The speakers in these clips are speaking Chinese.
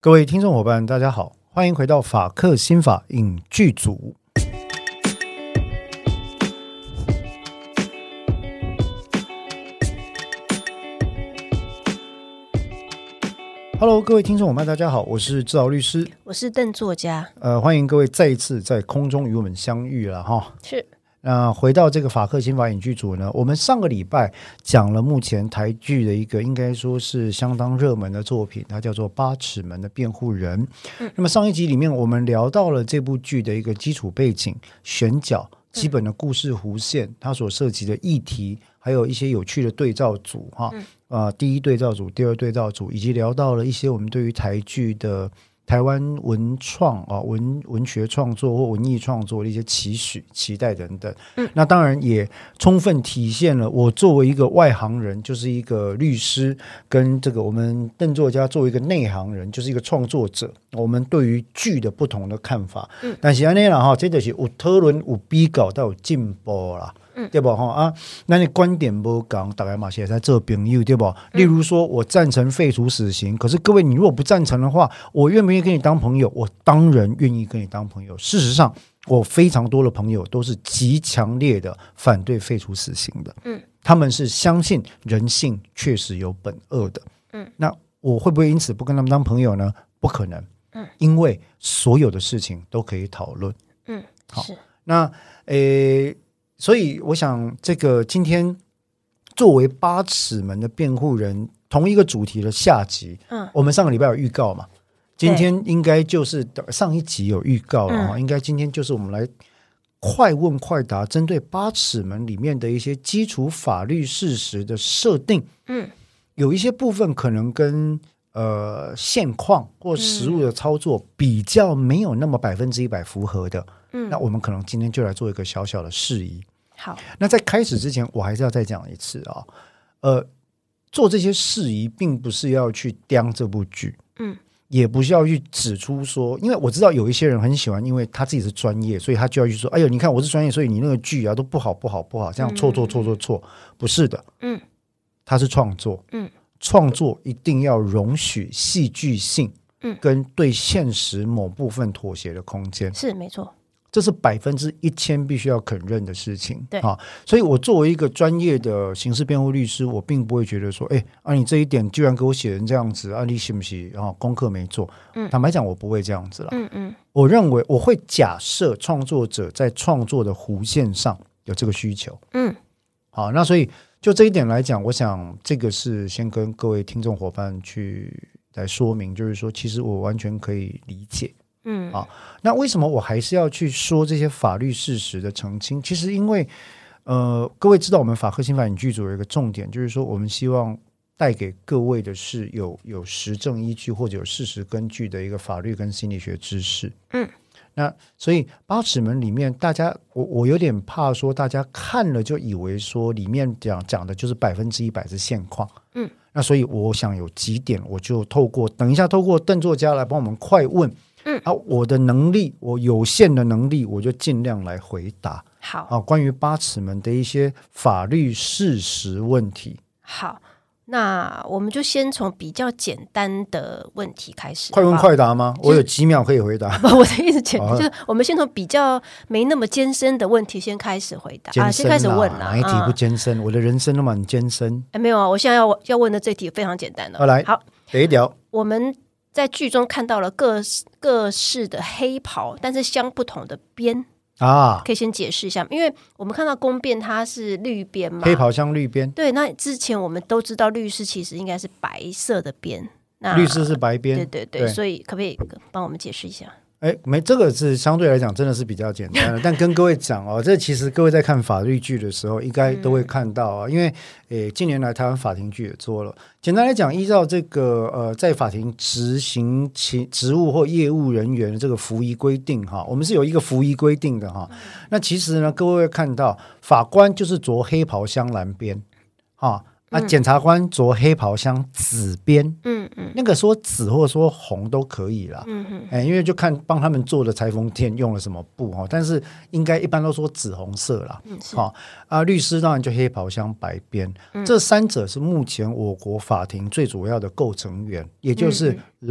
各位听众伙伴大家好，欢迎回到法客心法影剧组。Hello， 各位听众伙伴大家好，我是志豪律师， 我是邓作家。 欢迎各位再一次在空中与我们相遇了哈。 是。 回到这个法客心法影剧组呢，我们上个礼拜讲了目前台剧的一个应该说是相当热门的作品，它叫做《八尺门的辩护人》。那么上一集里面我们聊到了这部剧的一个基础背景、选角、基本的故事弧线，它所涉及的议题，还有一些有趣的对照组哈。第一对照组、第二对照组，以及聊到了一些我们对于台剧的台湾文创文学创作或文艺创作的一些期许、期待等等。那当然也充分体现了我作为一个外行人，就是一个律师，跟这个我们邓作家作为一个内行人，就是一个创作者，我们对于剧的不同的看法。但是这样啦，这就是有讨论、有比较，都有进步啦。对吧？那你观点不同，大家嘛是在做朋友，对吧？例如说我赞成废除死刑，可是各位你如果不赞成的话，我愿不愿意跟你当朋友？我当然愿意跟你当朋友。事实上我非常多的朋友都是极强烈的反对废除死刑的，他们是相信人性确实有本恶的。那我会不会因此不跟他们当朋友呢？不可能。因为所有的事情都可以讨论。好，那所以我想这个今天作为八尺门的辩护人同一个主题的下集，我们上个礼拜有预告嘛，今天应该就是上一集有预告了，应该今天就是我们来快问快答，针对八尺门里面的一些基础法律事实的设定，有一些部分可能跟现况或实务的操作比较没有那么100%符合的，那我们可能今天就来做一个小小的释疑。 好， 那在开始之前我还是要再讲一次做这些事宜并不是要去刁这部剧，也不是要去指出说，因为我知道有一些人很喜欢，因为他自己是专业，所以他就要去说，哎呦你看我是专业，所以你那个剧都不好，这样错，不是的，他是创作，创作一定要容许戏剧性，跟对现实某部分妥协的空间， 是没错， 这是1000%必须要肯认的事情。 对， 所以我作为一个专业的刑事辩护律师，我并不会觉得说，你这一点居然给我写成这样子，你是不是功课没做？坦白讲，我不会这样子啦。我认为我会假设创作者在创作的弧线上有这个需求。好，那所以就这一点来讲，我想这个是先跟各位听众伙伴去来说明，就是说，其实我完全可以理解。那为什么我还是要去说这些法律事实的澄清？其实因为各位知道我们法客心法影剧组有一个重点，就是说我们希望带给各位的是有实证依据或者有事实根据的一个法律跟心理学知识。那所以八尺门里面大家我有点怕说大家看了就以为说里面讲的就是100%是现况。那所以我想有几点我就等一下透过邓作家来帮我们快问，我的能力，我有限的能力，我就尽量来回答。 好， 关于八尺门的一些法律事实问题。 好，那我们就先从比较简单的问题开始。 快问快答吗？我有几秒可以回答。 我的意思就是我们先从比较没那么艰深的问题先开始回答。先开始问啦。 哪一题不艰深？我的人生那么很艰深。 没有啊，我现在要问的这题非常简单了。 来， 好， 第一条， 我们在剧中看到了各式的黑袍，但是相不同的边可以先解释一下，因为我们看到公辩它是绿边嘛， 黑袍相绿边。 对，那之前我们都知道律师其实应该是白色的边，那律师是白边， 对，所以可不可以帮我们解释一下？ 这个是相对来讲真的是比较简单的，但跟各位讲这其实各位在看法律剧的时候应该都会看到因为近年来台湾法庭剧也做了。简单来讲，依照这个在法庭执行其职务或业务人员的这个服役规定我们是有一个服役规定的那其实呢，各位会看到法官就是着黑袍镶蓝边检察官着黑袍镶紫边，那个说紫或者说红都可以啦，因为就看帮他们做的裁缝店用了什么布但是应该一般都说紫红色啦。律师当然就黑袍镶白边，这三者是目前我国法庭最主要的构成员，也就是蓝、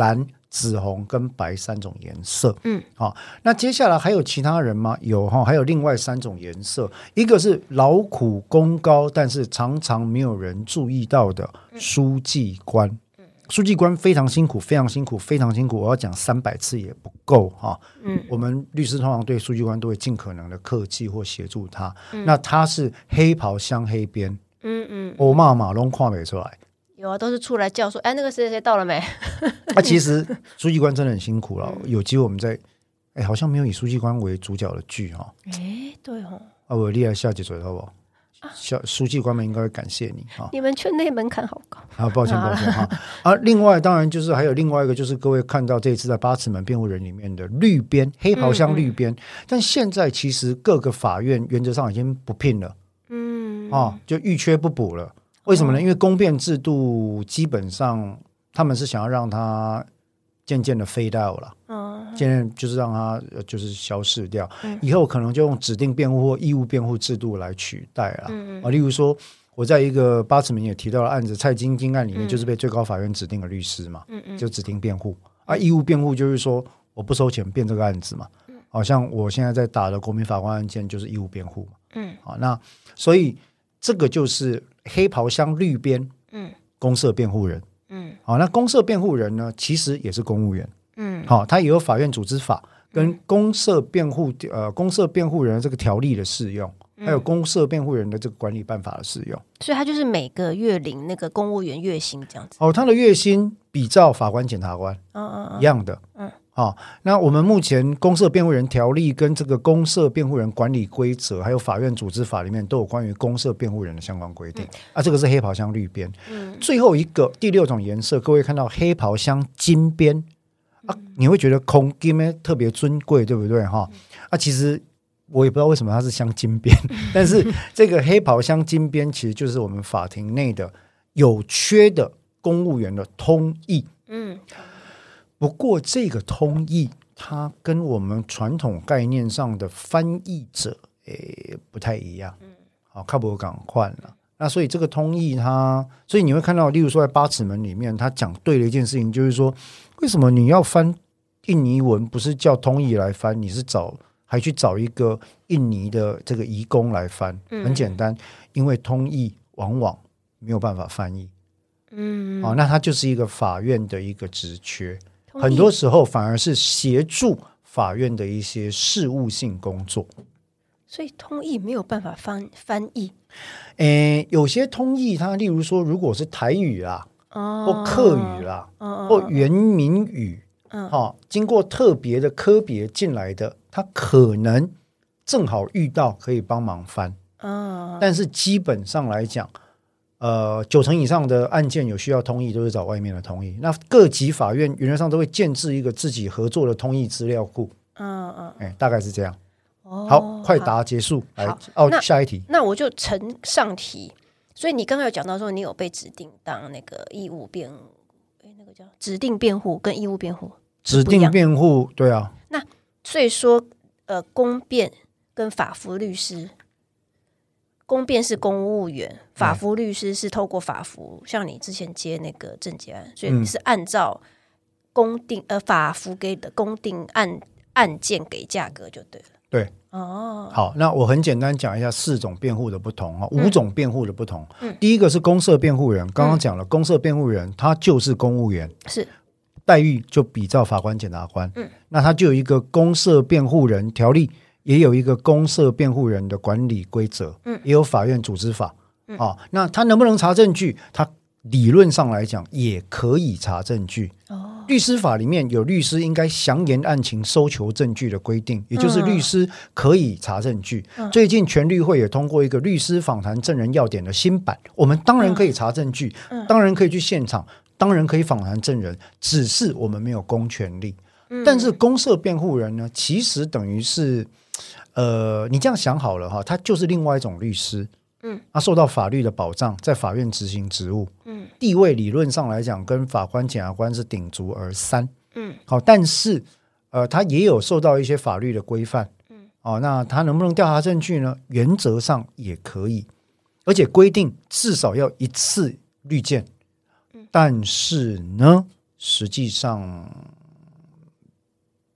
紫红跟白3种颜色。好，那接下来还有其他人吗？有哈，还有另外3种颜色，一个是劳苦功高，但是常常没有人注意到的书记官。书记官非常辛苦，非常辛苦，非常辛苦。我要讲300次也不够哈。我们律师通常对书记官都会尽可能的客气或协助他。那他是黑袍镶黑边，我骂马龙跨没出来。 有啊，都是出来叫说，哎，那个谁谁到了没？ 其实书记官真的很辛苦了。有机会我们在，好像没有以书记官为主角的剧哈。 对哦。 我厉害下集嘴好不好？书记官们应该会感谢你哈。 你们圈内门槛好高啊，抱歉哈。另外当然就是还有另外一个，就是各位看到这一次在八尺门辩护人里面的绿边黑袍镶绿边，但现在其实各个法院原则上已经不聘了，就预缺不补了。为什么呢？因为公辩制度基本上他们是想要让它渐渐的fade out了，渐渐就是让它就是消逝掉，以后可能就用指定辩护或义务辩护制度来取代了。例如说我在一个八尺门也提到的案子蔡金案里面，就是被最高法院指定的律师嘛，就指定辩护义务辩护就是说我不收钱辩这个案子嘛，好像我现在在打的国民法官案件就是义务辩护嘛，那所以这个就是黑袍镶绿边公设辩护人。好，那公设辩护人呢，其实也是公务员。好，他也有法院组织法跟公设辩护人的这个条例的适用，还有公设辩护人的这个管理办法的适用。 所以他就是每个月领那个公务员月薪这样子。 他的月薪比照法官、检察官一样的。那我们目前公设辩护人条例跟这个公设辩护人管理规则还有法院组织法里面都有关于公设辩护人的相关规定这个是黑袍镶绿边。最后一个第6种颜色，各位看到黑袍镶金边你会觉得空金特别尊贵，对不对其实我也不知道为什么它是镶金边但是这个黑袍镶金边其实就是我们法庭内的有缺的公务员的通译。不过这个通译它跟我们传统概念上的翻译者不太一样，看不赶快了。那所以这个通译所以你会看到例如说在八尺门里面他讲对了一件事情，就是说为什么你要翻印尼文不是叫通译来翻，你是还去找一个印尼的这个移工来翻。很简单，因为通译往往没有办法翻译。那它就是一个法院的一个职缺，很多时候反而是协助法院的一些事务性工作。 所以通译没有办法翻译。 有些通译它例如说如果是台语啦或客语啦或原民语经过特别的科别进来的，它可能正好遇到可以帮忙翻。但是基本上来讲90%以上的案件有需要通译都是找外面的通译。那各级法院原则上都会建置一个自己合作的通译资料库。大概是这样。好，快答结束。下一题。 那我就承上题。所以你刚刚有讲到说你有被指定当那个义务辩护，那个叫指定辩护跟义务辩护。 指定辩护，对啊。 那所以说公辩跟法服律师，公辩是公务员，法服律师是透过法服，像你之前接那个证件案，所以你是按照法服给的公定案件给价格就对了。 对。好，那我很简单讲一下4种辩护的不同5种辩护的不同。第一个是公设辩护人，刚刚讲了，公设辩护人他就是公务员，是待遇就比照法官、检察官。那他就有一个公设辩护人条例，也有一个公设辩护人的管理规则，也有法院组织法。那他能不能查证据？他理论上来讲也可以查证据。律师法里面有律师应该详言案情收求证据的规定，也就是律师可以查证据。最近全律会也通过一个律师访谈证人要点的新版，我们当然可以查证据，当然可以去现场，当然可以访谈证人，只是我们没有公权力。但是公设辩护人呢，其实等于是你这样想好了他就是另外一种律师。他受到法律的保障，在法院执行职务，地位理论上来讲跟法官、检察官是鼎足而三。好，但是他也有受到一些法律的规范。那他能不能调查证据呢？原则上也可以，而且规定至少要1次律见。但是呢，实际上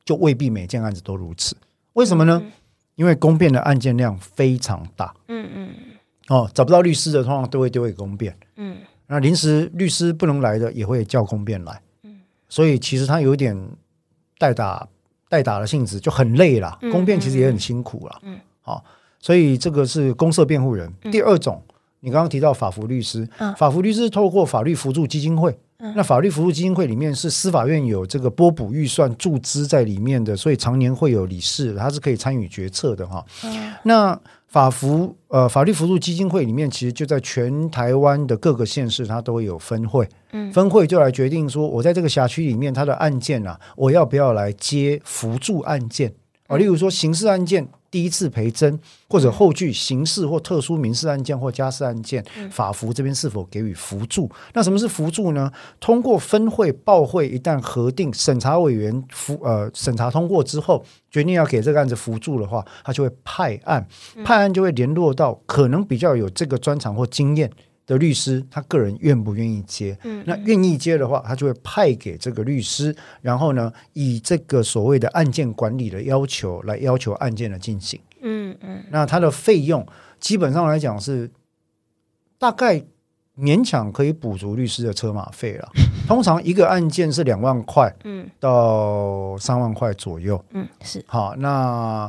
就未必每件案子都如此。为什么呢？因为公辩的案件量非常大。找不到律师的通常都会丢给公辩。那临时律师不能来的也会叫公辩来。所以其实他有点代打的性质，就很累啦。公辩其实也很辛苦啦。所以这个是公设辩护人。第二种，你刚刚提到法服律师，法服律师透过法律辅助基金会。那法律辅助基金会里面是司法院有这个拨补预算注资在里面的，所以常年会有理事，他是可以参与决策的那法律辅助基金会里面其实就在全台湾的各个县市它都会有分会，分会就来决定说我在这个辖区里面它的案件我要不要来接辅助案件例如说刑事案件第一次陪侦，或者后续刑事或特殊民事案件或家事案件，法服这边是否给予辅助？那什么是辅助呢？通过分会报会一旦核定，审查委员审查通过之后，决定要给这个案子辅助的话，他就会派案，派案就会联络到可能比较有这个专长或经验的律师，他个人愿不愿意接？那愿意接的话，他就会派给这个律师，然后呢，以这个所谓的案件管理的要求来要求案件的进行。那他的费用基本上来讲是大概勉强可以补足律师的车马费了。通常一个案件是2万块到3万块左右。 是。 好，那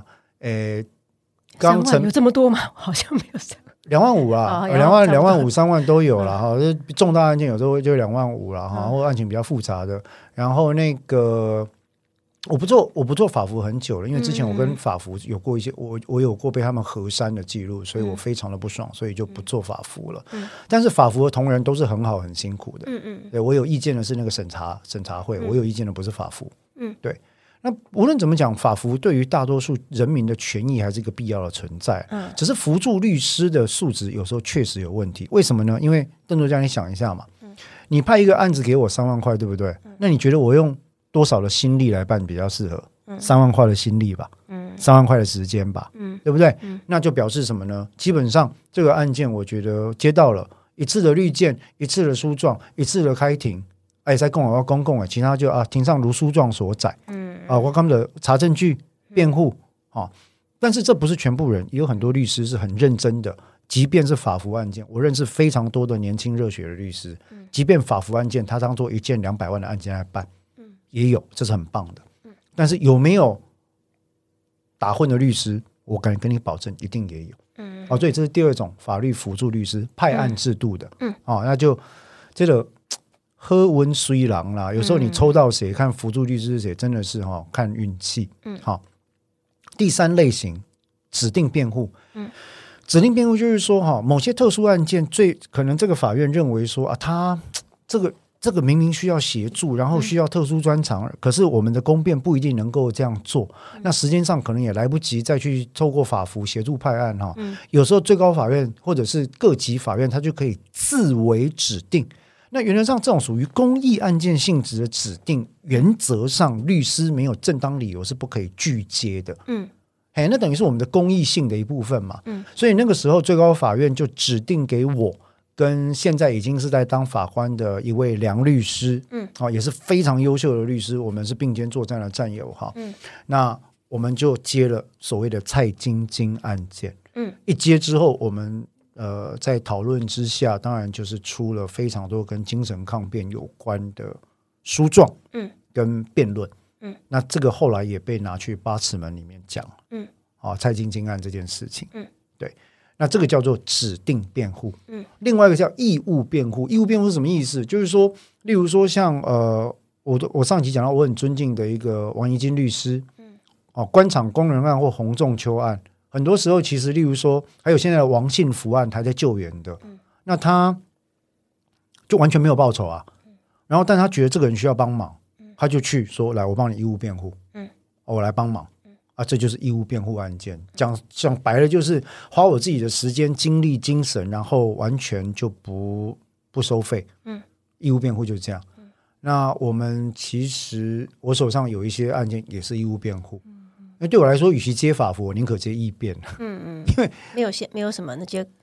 3万有这么多吗？好像没有 2万5啦，2万5、3万都有啦重大案件有时候就2万5啦或案情比较复杂的。然后那个我不做法服很久了，因为之前我跟法服有过一些我有过被他们核删的记录，所以我非常的不爽，所以就不做法服了。但是法服的同仁都是很好很辛苦的。对，我有意见的是那个审查会，我有意见的不是法服。对。那无论怎么讲，法服对于大多数人民的权益还是一个必要的存在。只是辅助律师的素质有时候确实有问题。为什么呢？因为邓作家，你想一下嘛，你派一个案子给我3万块，对不对？那你觉得我用多少的心力来办比较适合？3万块的心力吧，3万块的时间吧，对不对？那就表示什么呢？基本上这个案件，我觉得接到了一次的律见，一次的诉状，一次的开庭。在公我要公共其他就庭上如书状所载。我刚的查证据、辩护但是这不是全部人，也有很多律师是很认真的。即便是法服案件，我认识非常多的年轻热血的律师，即便法服案件他当做一件200万的案件来办，也有，这是很棒的。但是有没有打混的律师，我敢跟你保证一定也有。所以这是第二种法律辅助律师派案制度的。那就这个喝温虽郎啦，有时候你抽到谁，看辅助律师是谁，真的是看运气。第三类型指定辩护。指定辩护就是说某些特殊案件，最可能这个法院认为说他这个明明需要协助，然后需要特殊专长，可是我们的公辩不一定能够这样做，那时间上可能也来不及再去透过法服协助派案有时候最高法院或者是各级法院，他就可以自为指定。那原则上这种属于公益案件性质的指定，原则上律师没有正当理由是不可以拒接的。那等于是我们的公益性的一部分嘛。所以那个时候最高法院就指定给我跟现在已经是在当法官的一位梁律师，也是非常优秀的律师，我们是并肩作战的战友那我们就接了所谓的蔡晶晶案件。一接之后，我们在讨论之下，当然就是出了非常多跟精神抗辩有关的书状跟辩论。那这个后来也被拿去八尺门里面讲。蔡晶晶案这件事情。对，那这个叫做指定辩护。另外一个叫义务辩护。义务辩护是什么意思？就是说，例如说像我上集讲到我很尊敬的一个王怡金律师，官场工人案或洪仲丘案，很多时候其实例如说还有现在的王信福案还在救援的，那他就完全没有报酬然后但他觉得这个人需要帮忙，他就去说来我帮你义务辩护，我来帮忙这就是义务辩护案件。讲白了就是花我自己的时间精力精神，然后完全就不收费。义务辩护就是这样。那我们其实我手上有一些案件也是义务辩护。对我来说，与其接法服，我宁可接义辩。因为没有什么那些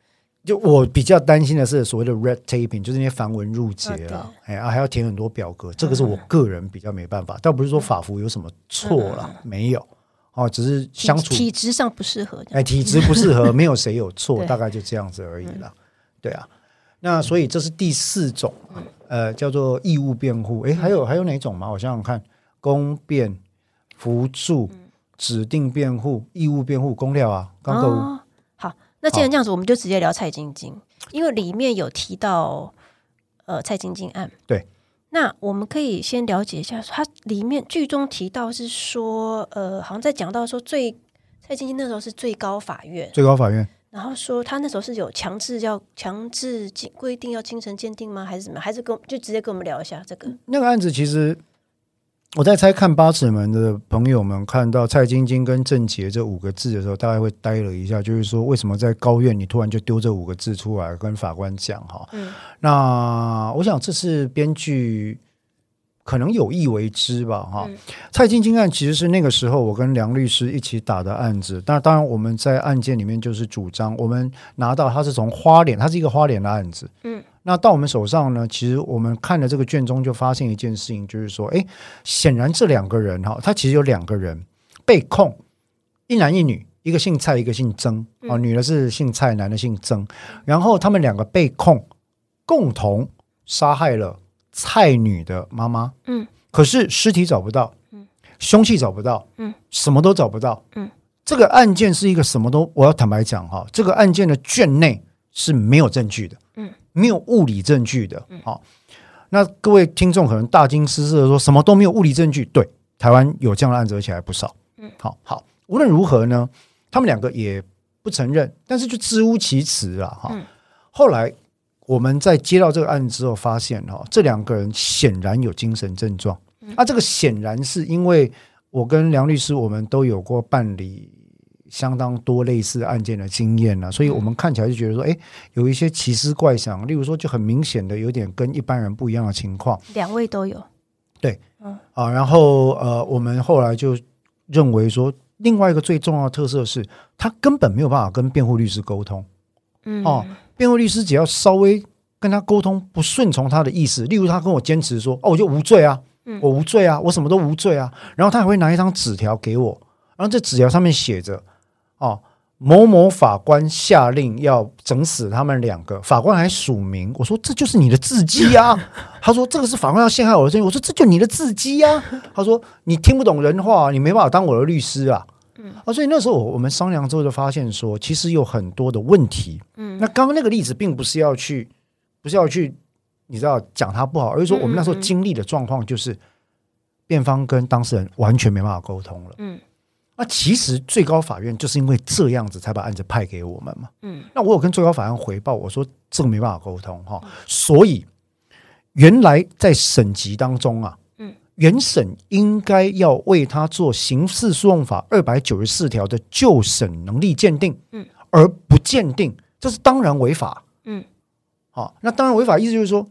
就我比较担心的是所谓的 red taping， 就是那些繁文缛节啦，还要填很多表格，这个是我个人比较没办法。倒不是说法服有什么错啦，没有只是相处体质上不适合， 体质不适合，没有谁有错，大概就这样子而已啦。对啊，那所以这是第4种，叫做义务辩护。还有哪种吗？我想想看，公辩、辅助、指定辩护、义务辩护、公料啊，刚刚好。那既然这样子，我们就直接聊蔡晶晶，因为里面有提到蔡晶晶案。 对， 那我们可以先了解一下，它里面剧中提到是说，好像在讲到说蔡晶晶那时候是最高法院，然后说他那时候是有强制规定要精神鉴定吗？还是什么？还是就直接跟我们聊一下这个那个案子。其实我在猜看八尺门的朋友们看到蔡晶晶跟郑捷这5个字的时候，大概会呆了一下，就是说为什么在高院你突然就丢这5个字出来跟法官讲哈？那我想这是编剧可能有意为之吧哈。蔡晶晶案其实是那个时候我跟梁律师一起打的案子，当然我们在案件里面就是主张我们拿到它是从花莲，它是一个花莲的案子，那到我们手上呢，其实我们看了这个卷宗就发现一件事情，就是说显然这2个人他其实有2个人被控，一男一女，一个姓蔡一个姓曾，女的是姓蔡，男的姓曾，然后他们2个被控共同杀害了蔡女的妈妈，可是尸体找不到，凶器找不到，什么都找不到，这个案件是一个什么都，我要坦白讲这个案件的卷内是没有证据的，没有物理证据的，那各位听众可能大惊失色的说什么都没有物理证据，对，台湾有这样的案子，而且还不少，好，无论如何呢，他们2个也不承认，但是就支吾其词啦，后来我们在接到这个案子之后发现这2个人显然有精神症状，这个显然是因为我跟梁律师我们都有过办理相当多类似案件的经验所以我们看起来就觉得说有一些奇思怪想，例如说就很明显的有点跟一般人不一样的情况 ，2位都有， 对，然后我们后来就认为说另外一个最重要的特色是他根本没有办法跟辩护律师沟通，辩护律师只要稍微跟他沟通不顺从他的意思，例如他跟我坚持说我就无罪啊，我无罪啊，我什么都无罪啊，然后他还会拿一张纸条给我，然后这纸条上面写着某某法官下令要整死他们2个，法官还署名，我说这就是你的字迹啊他说这个是法官要陷害我的证据，我说这就是你的字迹啊他说你听不懂人话，你没办法当我的律师啊所以那时候我们商量之后就发现说其实有很多的问题，那刚刚那个例子并不是要去你知道讲他不好，而是说我们那时候经历的状况就是辩方跟当事人完全没办法沟通了，那其实最高法院就是因为这样子才把案子派给我们嘛，那我有跟最高法院回报，我说这个没办法沟通所以原来在审级当中原审应该要为他做刑事诉讼法294条的就审能力鉴定，而不鉴定，这是当然违法，那当然违法意思就是说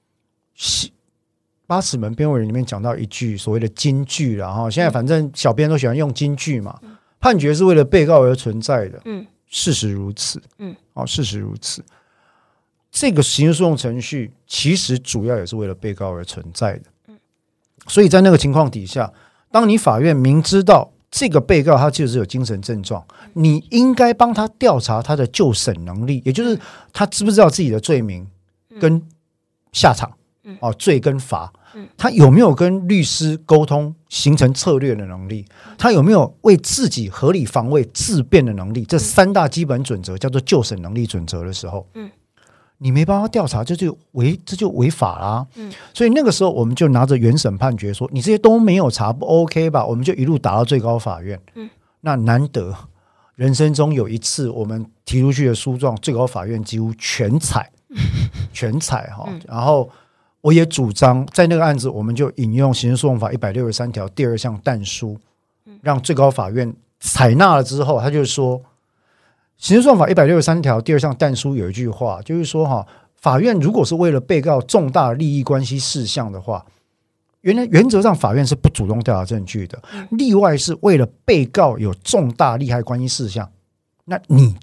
八尺门辩护人里面讲到一句所谓的金句啦，现在反正小编都喜欢用金句嘛，判决是为了被告而存在的，事实如此，事实如此，这个刑事诉讼程序其实主要也是为了被告而存在的，所以在那个情况底下，当你法院明知道这个被告他就是有精神症状，你应该帮他调查他的就审能力，也就是他知不知道自己的罪名跟下场，罪跟罚，他有没有跟律师沟通形成策略的能力，他有没有为自己合理防卫自辩的能力，这3大基本准则叫做就审能力准则的时候，你没办法调查，这就违法啦，所以那个时候我们就拿着原审判决说你这些都没有查，不 OK 吧，我们就一路打到最高法院，那难得人生中有一次我们提出去的诉状最高法院几乎全采然后我也主张在那个案子我们就引用刑事诉讼法163条第2项但书，让最高法院采纳了之后，他就说刑事诉讼法163条第2项但书有一句话，就是说法院如果是为了被告重大利益关系事项的话，原则上法院是不主动调查证据的，例外是为了被告有重大利害关系事项，那你就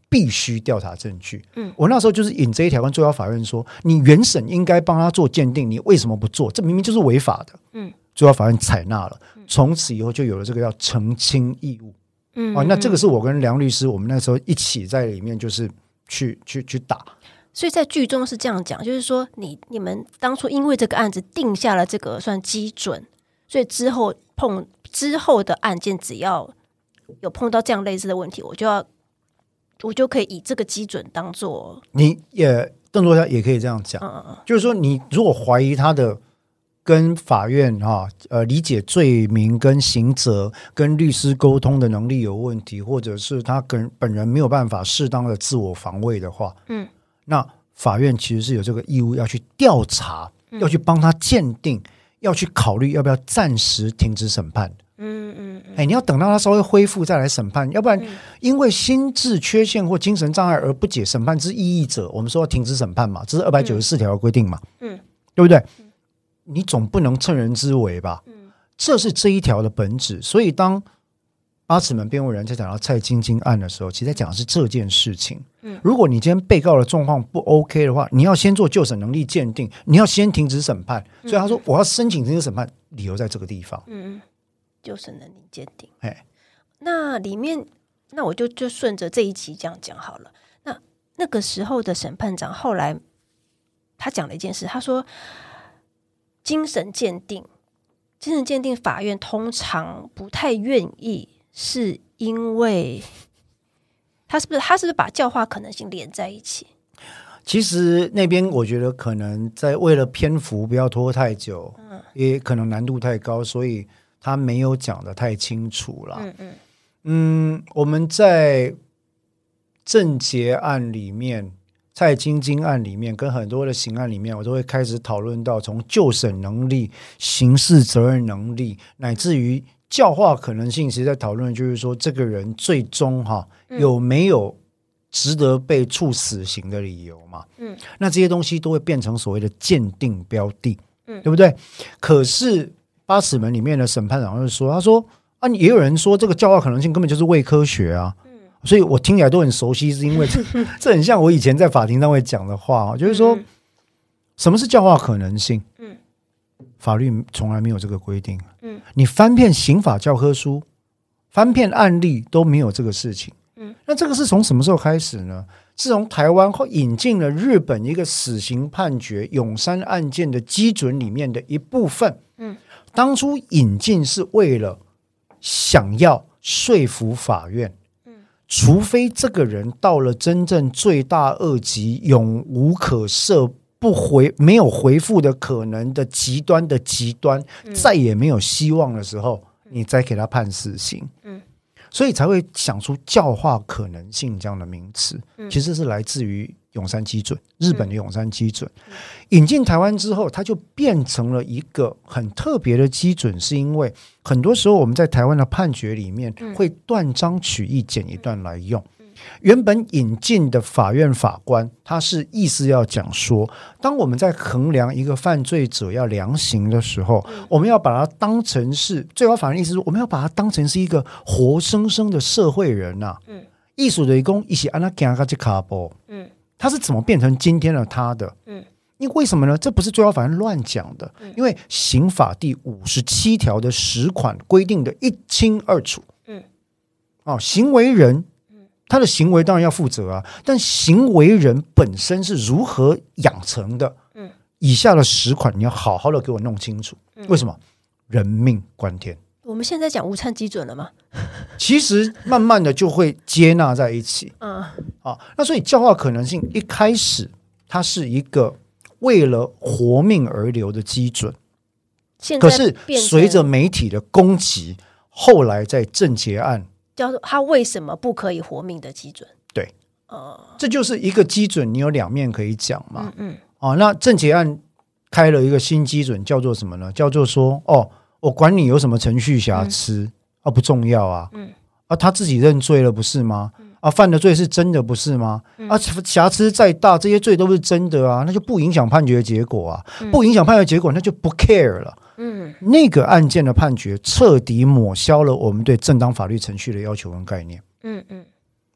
必须调查证据。我那时候就是引这一条跟最高法院说，你原审应该帮他做鉴定，你为什么不做？这明明就是违法的。最高法院采纳了，从此以后就有了这个叫澄清义务。那这个是我跟梁律师我们那时候一起在里面就是去打。 所以在剧中是这样讲，就是说你们当初因为这个案子定下了这个算基准，所以之后的案件只要有碰到这样类似的问题，我就可以以这个基准当做。 你也邓作家也可以这样讲，就是说你如果怀疑他的跟法院理解罪名跟刑责跟律师沟通的能力有问题，或者是他本人没有办法适当的自我防卫的话，那法院其实是有这个义务要去调查，要去帮他鉴定，要去考虑要不要暂时停止审判。你要等到他稍微恢复再来审判，要不然因为心智缺陷或精神障碍而不解审判之异议者，我们说要停止审判嘛，这是294条的规定嘛，对不对？你总不能趁人之危吧，这是这一条的本质。所以当八尺门辩护人在讲到蔡晶晶案的时候，其实在讲的是这件事情。如果你今天被告的状况不 OK 的话，你要先做就审能力鉴定，你要先停止审判。所以他说我要申请停止审判，理由在这个地方。 就审能力鉴定。那里面，那我就顺着这一集这样讲好了。那个时候的审判长后来他讲了一件事，他说精神鉴定法院通常不太愿意，是因为他是不是把教化可能性连在一起？ 其实那边我觉得可能在为了篇幅不要拖太久，也可能难度太高，所以他没有讲得太清楚了。我们在郑捷案里面、蔡晶晶案里面跟很多的刑案里面，我都会开始讨论到从就审能力、刑事责任能力，乃至于教化可能性，其实在讨论就是说这个人最终有没有值得被处死刑的理由嘛？那这些东西都会变成所谓的鉴定标的，对不对？可是八尺门里面的审判长就说，他说也有人说这个教化可能性根本就是伪科学啊。所以我听起来都很熟悉，是因为这很像我以前在法庭上会讲的话，就是说什么是教化可能性？法律从来没有这个规定。你翻遍刑法教科书，翻遍案例都没有这个事情。那这个是从什么时候开始呢？是从台湾引进了日本一个死刑判决永山案件的基准里面的一部分。当初引进是为了想要说服法院，除非这个人到了真正罪大恶极、永无可赦、没有回复的可能的极端，再也没有希望的时候，你再给他判死刑。所以才会想出教化可能性这样的名词，其实是来自于永山基准，日本的永山基准。引进台湾之后，它就变成了一个很特别的基准，是因为很多时候我们在台湾的判决里面会断章取义剪一段来用。原本引进的法院法官，他是意思要讲说，当我们在衡量一个犯罪者要量刑的时候，我们要把它当成是最高法院意思是，我们要把它当成是一个活生生的社会人啊。艺术的一公一起安那行个这卡波，他是怎么变成今天的他的？因为什么呢？这不是最高法院乱讲的，因为刑法第57条的10款规定的一清二楚。行为人他的行为当然要负责啊，但行为人本身是如何养成的？以下的10款你要好好的给我弄清楚。为什么？人命关天。 我们现在讲无产基准了吗？ 其实慢慢的就会接纳在一起。那所以教化可能性一开始它是一个为了活命而留的基准，可是随着媒体的攻击，后来在郑捷案叫做他为什么不可以活命的基准。 对，这就是一个基准，你有两面可以讲嘛。那郑捷案开了一个新基准，叫做什么呢？叫做说我管你有什么程序瑕疵不重要啊。他自己认罪了不是吗？犯的罪是真的不是吗？瑕疵再大，这些罪都是真的啊，那就不影响判决结果啊。不影响判决结果，那就不 care 了。那个案件的判决彻底抹消了我们对正当法律程序的要求跟概念。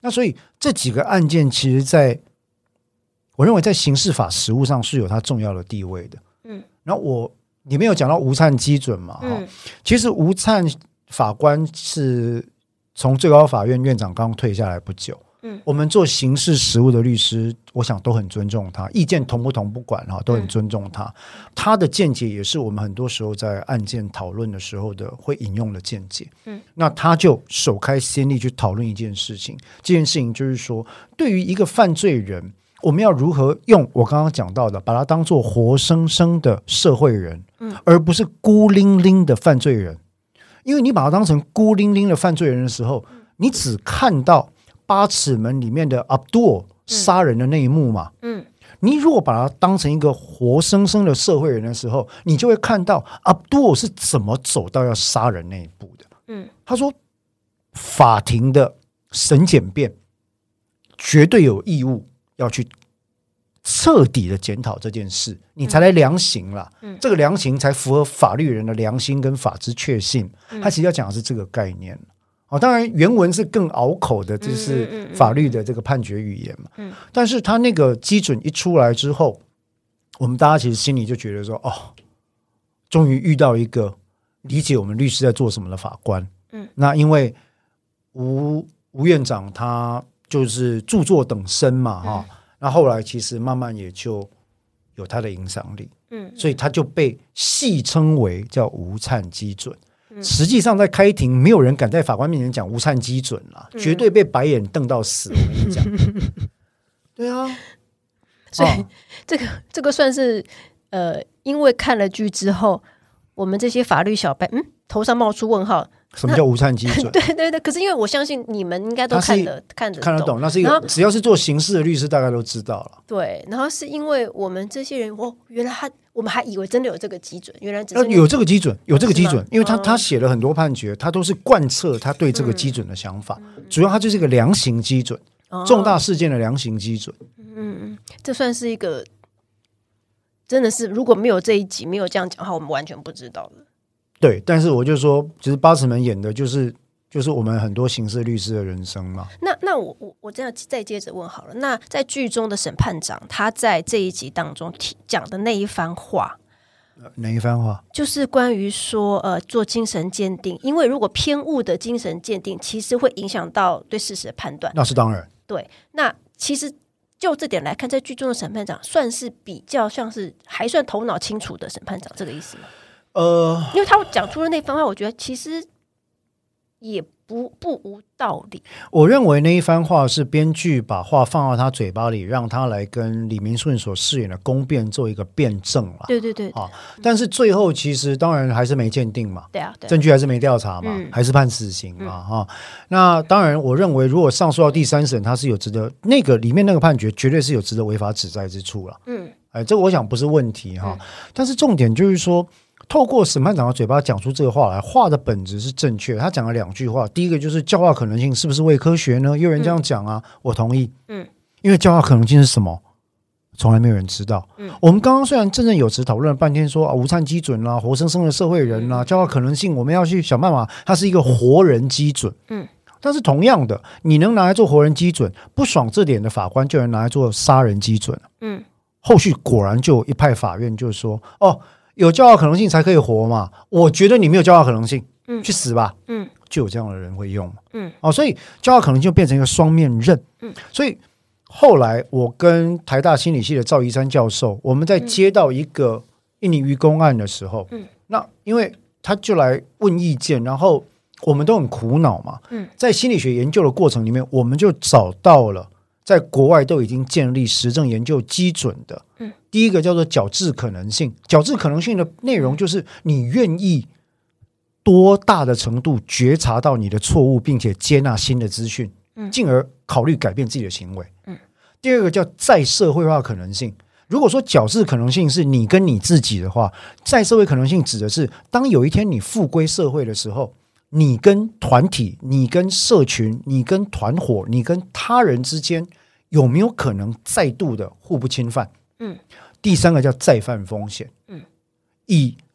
那所以这几个案件其实我认为在刑事法实务上是有它重要的地位的。然后里面有讲到无忏基准嘛，其实无忏法官是从最高法院院长刚退下来不久，我们做刑事实务的律师，我想都很尊重他，意见同不同不管都很尊重他，他的见解也是我们很多时候在案件讨论的时候的会引用的见解。那他就首开先例去讨论一件事情，这件事情就是说，对于一个犯罪人，我们要如何用我刚刚讲到的，把他当作活生生的社会人，而不是孤零零的犯罪人。因为你把他当成孤零零的犯罪人的时候，你只看到八尺门里面的 Abdul 杀人的那一幕嘛，你如果把他当成一个活生生的社会人的时候，你就会看到 Abdul 是怎么走到要杀人那一步的。他说法庭的审检辩绝对有义务要去彻底的检讨这件事，你才来量刑啦。这个量刑才符合法律人的良心跟法之确信。他其实要讲的是这个概念。当然原文是更拗口的，就是法律的这个判决语言嘛。但是他那个基准一出来之后，我们大家其实心里就觉得说，终于遇到一个理解我们律师在做什么的法官。那因为吴院长他就是著作等身嘛，那后来其实慢慢也就有他的影响力，所以他就被戏称为叫无忏基准。实际上在开庭没有人敢在法官面前讲无忏基准啦，绝对被白眼瞪到死，我跟你讲。对啊， 所以这个算是因为看了剧之后，我们这些法律小白头上冒出问号， 什么叫无忏基准？ 对对对，可是因为我相信你们应该都看得懂， 那是一个只要是做刑事的律师大概都知道了。 对，然后是因为我们这些人，原来我们还以为真的有这个基准，原来只是有这个基准，因为他写了很多判决，他都是贯彻他对这个基准的想法，主要他就是一个量刑基准，重大事件的量刑基准。 这算是一个真的是，如果没有这一集，没有这样讲的话，我们完全不知道的。 对，但是我就说，其实八尺门演的就是我们很多刑事律师的人生嘛。 那我这样再接着问好了。那在剧中的审判长，他在这一集当中讲的那一番话， 哪一番话？ 就是关于说做精神鉴定，因为如果偏误的精神鉴定，其实会影响到对事实的判断。 那是当然。 对，那其实就这点来看，在剧中的审判长算是比较像是还算头脑清楚的审判长，这个意思吗？因为他讲出了那番话，我觉得其实也不无道理。 我认为那一番话是编剧把话放到他嘴巴里，让他来跟李明顺所饰演的公辩做一个辩证啦。 对对对， 但是最后其实当然还是没鉴定嘛， 对啊， 证据还是没调查嘛，还是判死刑嘛，那当然，我认为如果上诉到第三审，他是有值得那个里面那个判决绝对是有值得违法指摘之处了。这个我想不是问题哈。但是重点就是说，透过审判长的嘴巴讲出这个话来，话的本质是正确。他讲了两句话，第一个就是教化可能性是不是伪科学呢？有人这样讲啊，我同意。因为教化可能性是什么，从来没有人知道。我们刚刚虽然振振有词讨论了半天说无忏基准啦，活生生的社会人啦，教化可能性我们要去想办法，它是一个活人基准。但是同样的，你能拿来做活人基准，不爽这点的法官就能拿来做杀人基准。后续果然就有一派法院就说，有教化可能性才可以活嘛，我觉得你没有教化可能性，去死吧。就有这样的人会用嘛。所以教化可能性就变成一个双面刃。所以后来我跟台大心理系的赵一山教授，我们在接到一个印尼渔工案的时候，那因为他就来问意见，然后我们都很苦恼嘛。在心理学研究的过程里面，我们就找到了在国外都已经建立实证研究基准的。第一个叫做矫治可能性。矫治可能性的内容就是你愿意多大的程度觉察到你的错误，并且接纳新的资讯，进而考虑改变自己的行为。第二个叫再社会化可能性。如果说矫治可能性是你跟你自己的话，再社会可能性指的是当有一天你复归社会的时候，你跟团体、你跟社群、你跟团伙、你跟他人之间有没有可能再度的互不侵犯。第三个叫再犯风险。以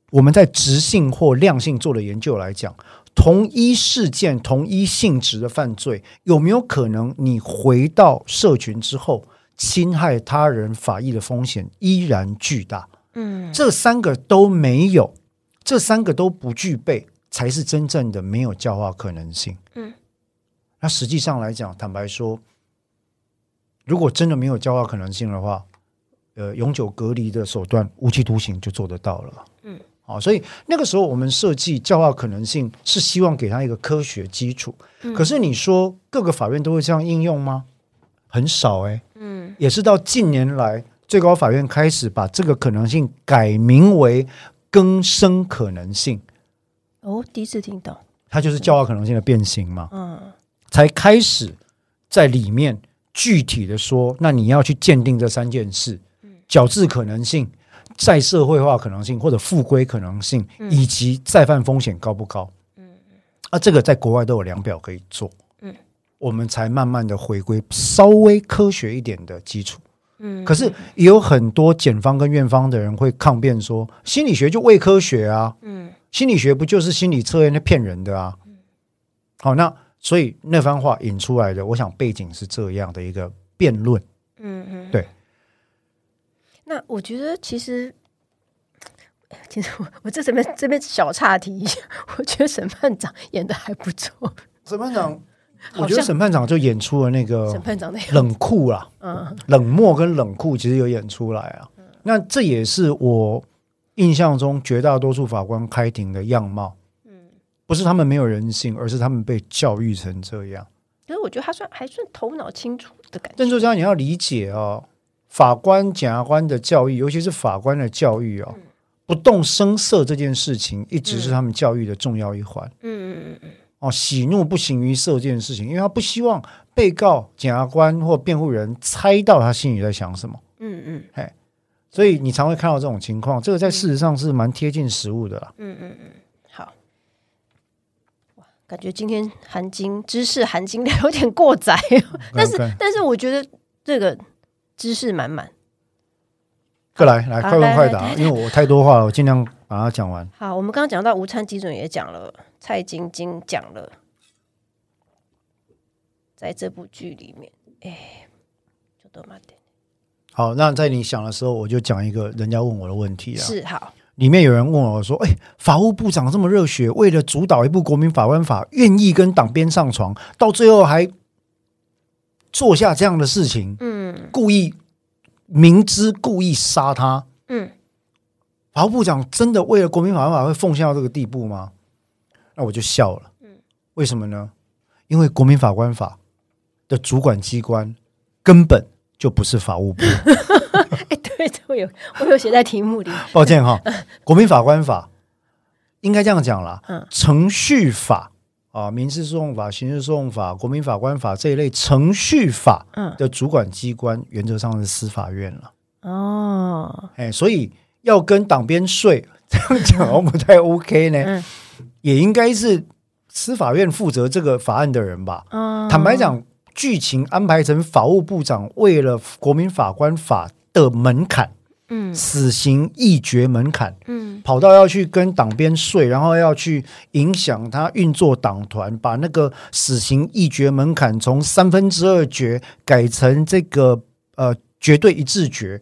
我们在质性或量性做的研究来讲，同一事件同一性质的犯罪，有没有可能你回到社群之后侵害他人法益的风险依然巨大？这3个都没有，这3个都不具备，才是真正的没有教化可能性。那实际上来讲，坦白说，如果真的没有教化可能性的话，永久隔离的手段无期徒刑就做得到了。所以那个时候我们设计教化可能性是希望给他一个科学基础。可是你说各个法院都会这样应用吗？很少也是到近年来最高法院开始把这个可能性改名为更生可能性。 第一次听到， 它就是教化可能性的变形嘛。才开始在里面具体的说，那你要去鉴定这3件事：矫治可能性、再社会化可能性或者复归可能性，以及再犯风险高不高。这个在国外都有量表可以做。我们才慢慢的回归稍微科学一点的基础。可是也有很多检方跟院方的人会抗辩说，心理学就伪科学啊。心理学不就是心理测验在骗人的啊。好，那所以那番话引出来的，我想背景是这样的一个辩论。对。 那我觉得其实我这边小岔题一下，我觉得审判长演的还不错。 审判长，我觉得审判长就演出了那个审判长的冷酷啦，冷漠跟冷酷其实有演出来啊。那这也是我印象中绝大多数法官开庭的样貌。不是他们没有人性，而是他们被教育成这样。 可是我觉得他还算头脑清楚的感觉。 邓作家，你要理解法官、检察官的教育，尤其是法官的教育不动声色这件事情，一直是他们教育的重要一环。喜怒不形于色这件事情，因为他不希望被告、检察官或辩护人猜到他心里在想什么。所以你常会看到这种情况，这个在事实上是蛮贴近实务的啦。 好。感觉今天知识含金量有点过载，但是我觉得这个知识满满。 来快问快答，因为我太多话了，我尽量把它讲完。 好，我们刚刚讲到无餐基准也讲了，蔡晶晶讲了，在这部剧里面，就都蛮点。好， 那在你想的时候，我就讲一个人家问我的问题啊。 是，好。 里面有人问我说，法务部长这么热血，为了主导一部国民法官法，愿意跟党鞭上床，到最后还做下这样的事情，故意明知故意杀他，法务部长真的为了国民法官法会奉献到这个地步吗？那我就笑了。为什么呢？因为国民法官法的主管机关根本就不是法务部。 对，我有写在题目里。 抱歉国民法官法应该这样讲啦，程序法民事诉讼法、刑事诉讼法、国民法官法这一类程序法的主管机关，原则上是司法院了。所以要跟党鞭税，这样讲不太 OK 呢。也应该是司法院负责这个法案的人吧。坦白讲，剧情安排成法务部长为了国民法官法的门槛，死刑议决门槛，跑到要去跟党鞭税，然后要去影响他运作党团，把那个死刑议决门槛从2/3决改成这个绝对一致决。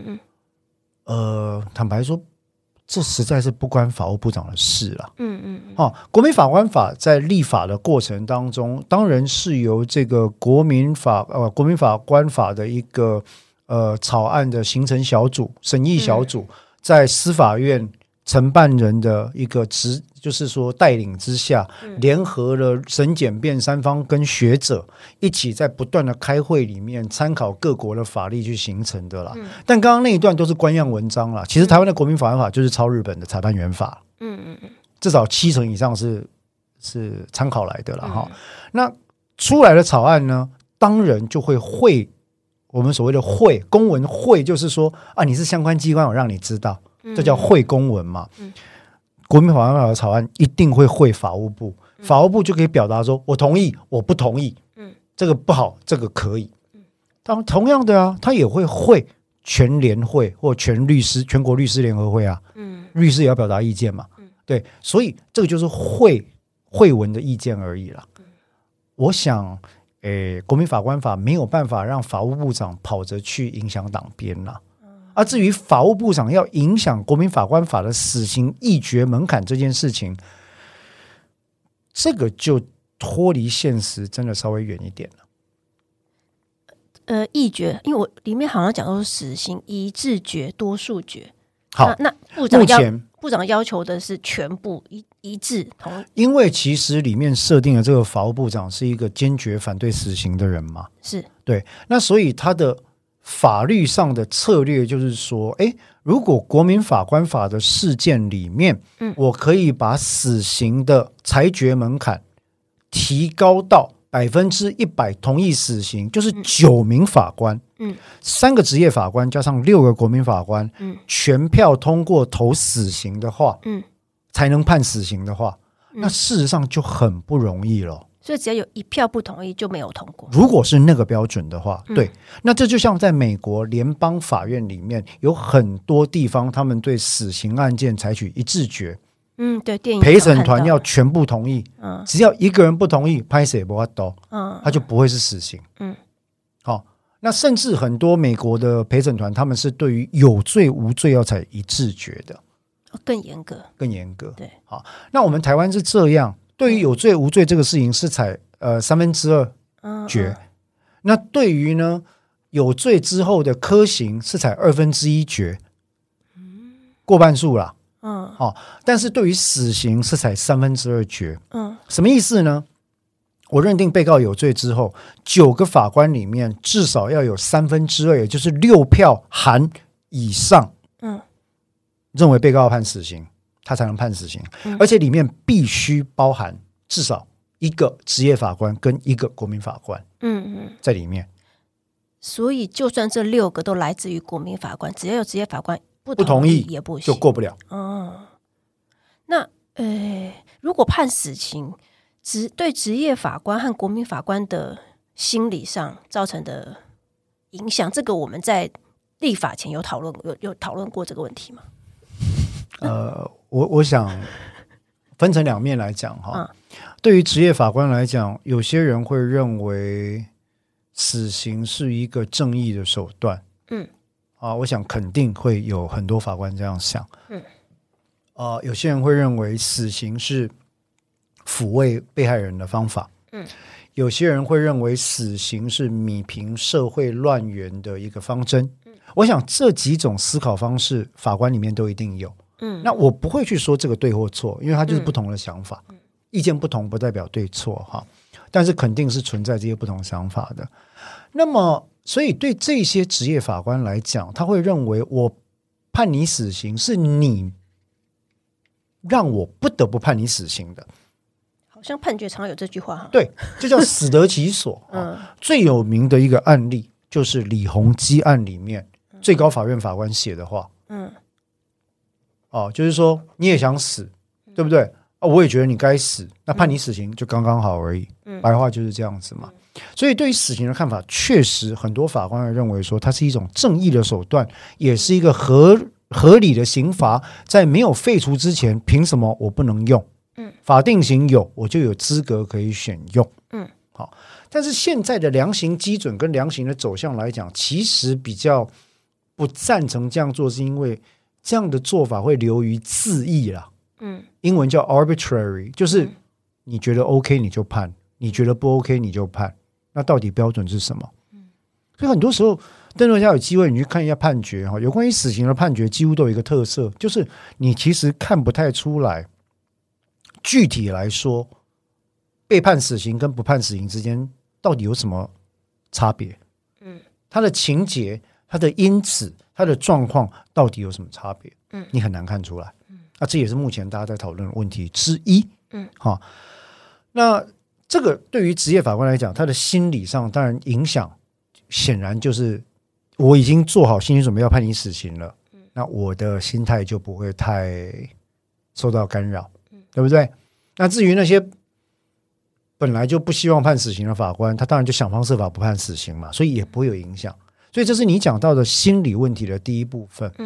坦白说，这实在是不关法务部长的事了。国民法官法在立法的过程当中，当然是由这个国民法官法的一个草案的形成小组、审议小组，在司法院承办人的一个就是说带领之下，联合了审检辩3方跟学者一起在不断的开会里面参考各国的法律去形成的啦。但刚刚那一段都是官样文章啦，其实台湾的国民法官法就是抄日本的裁判员法，至少70%以上是参考来的啦。那出来的草案呢，当然就会我们所谓的公文会，就是说你是相关机关，我让你知道，这叫会公文嘛。国民法官法的草案一定会会法务部，法务部就可以表达说我同意，我不同意，这个不好，这个可以。同样的他也会全联会或全国律师联合会律师也要表达意见嘛，对，所以这个就是会文的意见而已啦。我想国民法官法没有办法让法务部长跑着去影响党鞭啦。至于法务部长要影响国民法官法的死刑议决门槛这件事情，这个就脱离现实真的稍微远一点了。 议决，因为我里面好像讲到死刑一致决、多数决。 好， 那部长要求的是全部一致同意， 因为其实里面设定的这个法务部长是一个坚决反对死刑的人嘛， 是对，那所以他的法律上的策略就是说，如果国民法官法的事件里面，我可以把死刑的裁决门槛提高到100%同意死刑，就是9名法官，3个职业法官加上6个国民法官，全票通过投死刑的话，才能判死刑的话，那事实上就很不容易了。 所以只要有1票不同意就没有通过。 如果是那个标准的话，对，那这就像在美国联邦法院里面有很多地方，他们对死刑案件采取一致决。 对，电影陪审团要全部同意，只要一个人不同意，拍谁不法度，他就不会是死刑。好，那甚至很多美国的陪审团，他们是对于有罪无罪要采一致决的， 更严格。 对，好，那我们台湾是这样，对于有罪无罪这个事情是采2/3决，那对于呢有罪之后的科刑是采1/2决，过半数啦。但是对于死刑是采2/3决。什么意思呢？我认定被告有罪之后，9个法官里面至少要有2/3，也就是6票含以上，认为被告要判死刑，他才能判死刑。而且里面必须包含至少1个职业法官跟1个国民法官，在里面。 所以就算这6个都来自于国民法官，只要有职业法官不同意也不行， 就过不了。 那如果判死刑，对职业法官和国民法官的心理上造成的影响，这个我们在立法前有讨论过这个问题吗？ 我想分成2面来讲哈。对于职业法官来讲，有些人会认为死刑是一个正义的手段。我想肯定会有很多法官这样想。有些人会认为死刑是抚慰被害人的方法。有些人会认为死刑是弭平社会乱源的一个方针。我想这几种思考方式，法官里面都一定有。那我不会去说这个对或错，因为它就是不同的想法，意见不同不代表对错哈。但是肯定是存在这些不同想法的。那么所以对这些职业法官来讲，他会认为我判你死刑是你让我不得不判你死刑的。 好像判决常有这句话哈。 对，这叫死得其所。最有名的一个案例就是李鸿基案里面最高法院法官写的话。就是说你也想死，对不对？我也觉得你该死，那判你死刑就刚刚好而已。白话就是这样子嘛。所以对于死刑的看法，确实很多法官认为说它是一种正义的手段，也是一个合理的刑罚，在没有废除之前，凭什么我不能用？法定刑有，我就有资格可以选用。好，但是现在的量刑基准跟量刑的走向来讲，其实比较不赞成这样做，是因为这样的做法会流于自意啦。英文叫 arbitrary， 就是你觉得 OK 你就判，你觉得不 OK 你就判，那到底标准是什么？所以很多时候邓若家有机会你去看一下判决，有关于死刑的判决几乎都有一个特色，就是你其实看不太出来具体来说被判死刑跟不判死刑之间到底有什么差别。它的情节，它的因子，它的状况到底有什么差别，你很难看出来。这也是目前大家在讨论的问题之一。那这个对于职业法官来讲，他的心理上当然影响显然就是我已经做好心理准备要判你死刑了，那我的心态就不会太受到干扰，对不对？那至于那些本来就不希望判死刑的法官，他当然就想方设法不判死刑嘛，所以也不会有影响。所以这是你讲到的心理问题的第一部分。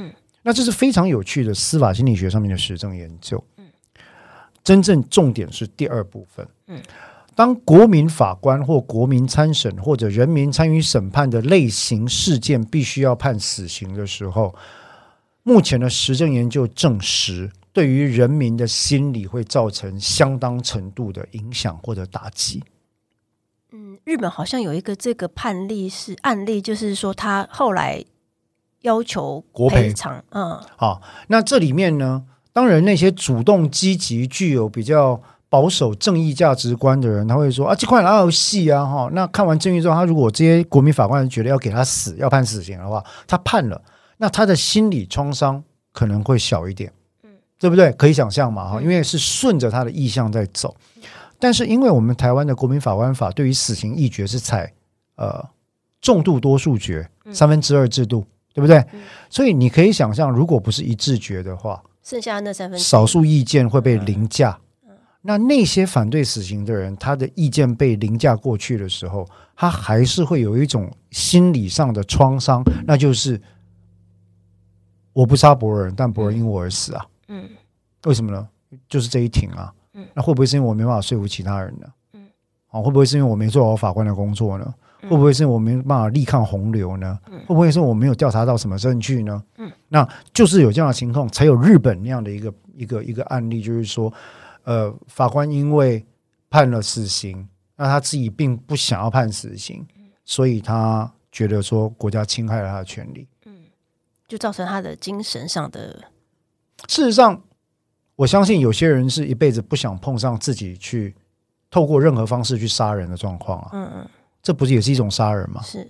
那这是非常有趣的司法心理学上面的实证研究。真正重点是第二部分。当国民法官或国民参审或者人民参与审判的类型事件必须要判死刑的时候，目前的实证研究证实，对于人民的心理会造成相当程度的影响或者打击。 日本好像有一个这个案例，就是说他后来要求赔偿。 好，那这里面呢，当然那些主动积极具有比较保守正义价值观的人，他会说啊，这块哪有戏啊，那看完正义之后，他如果这些国民法官觉得要给他死，要判死刑的话，他判了，那他的心理创伤可能会小一点，对不对？可以想象嘛，因为是顺着他的意向在走。但是因为我们台湾的国民法官法对于死刑议决是采重度多数决2/3制度，对不对？所以你可以想象，如果不是一致决的话， 剩下那1/3 少数意见会被凌驾。那些反对死刑的人，他的意见被凌驾过去的时候，他还是会有一种心理上的创伤，那就是我不杀伯尔，但伯尔因我而死啊。为什么呢？就是这一庭啊。那会不会是因为我没办法说服其他人呢？会不会是因为我没做好法官的工作呢？会不会是因为我没办法力抗洪流呢？会不会是因为我没有调查到什么证据呢？那就是有这样的情况，才有日本那样的一个案例，就是说法官因为判了死刑，那他自己并不想要判死刑，所以他觉得说国家侵害了他的权利， 就造成他的精神上的。 事实上我相信有些人是一辈子不想碰上自己去透过任何方式去杀人的状况啊。这不是也是一种杀人吗？ 是。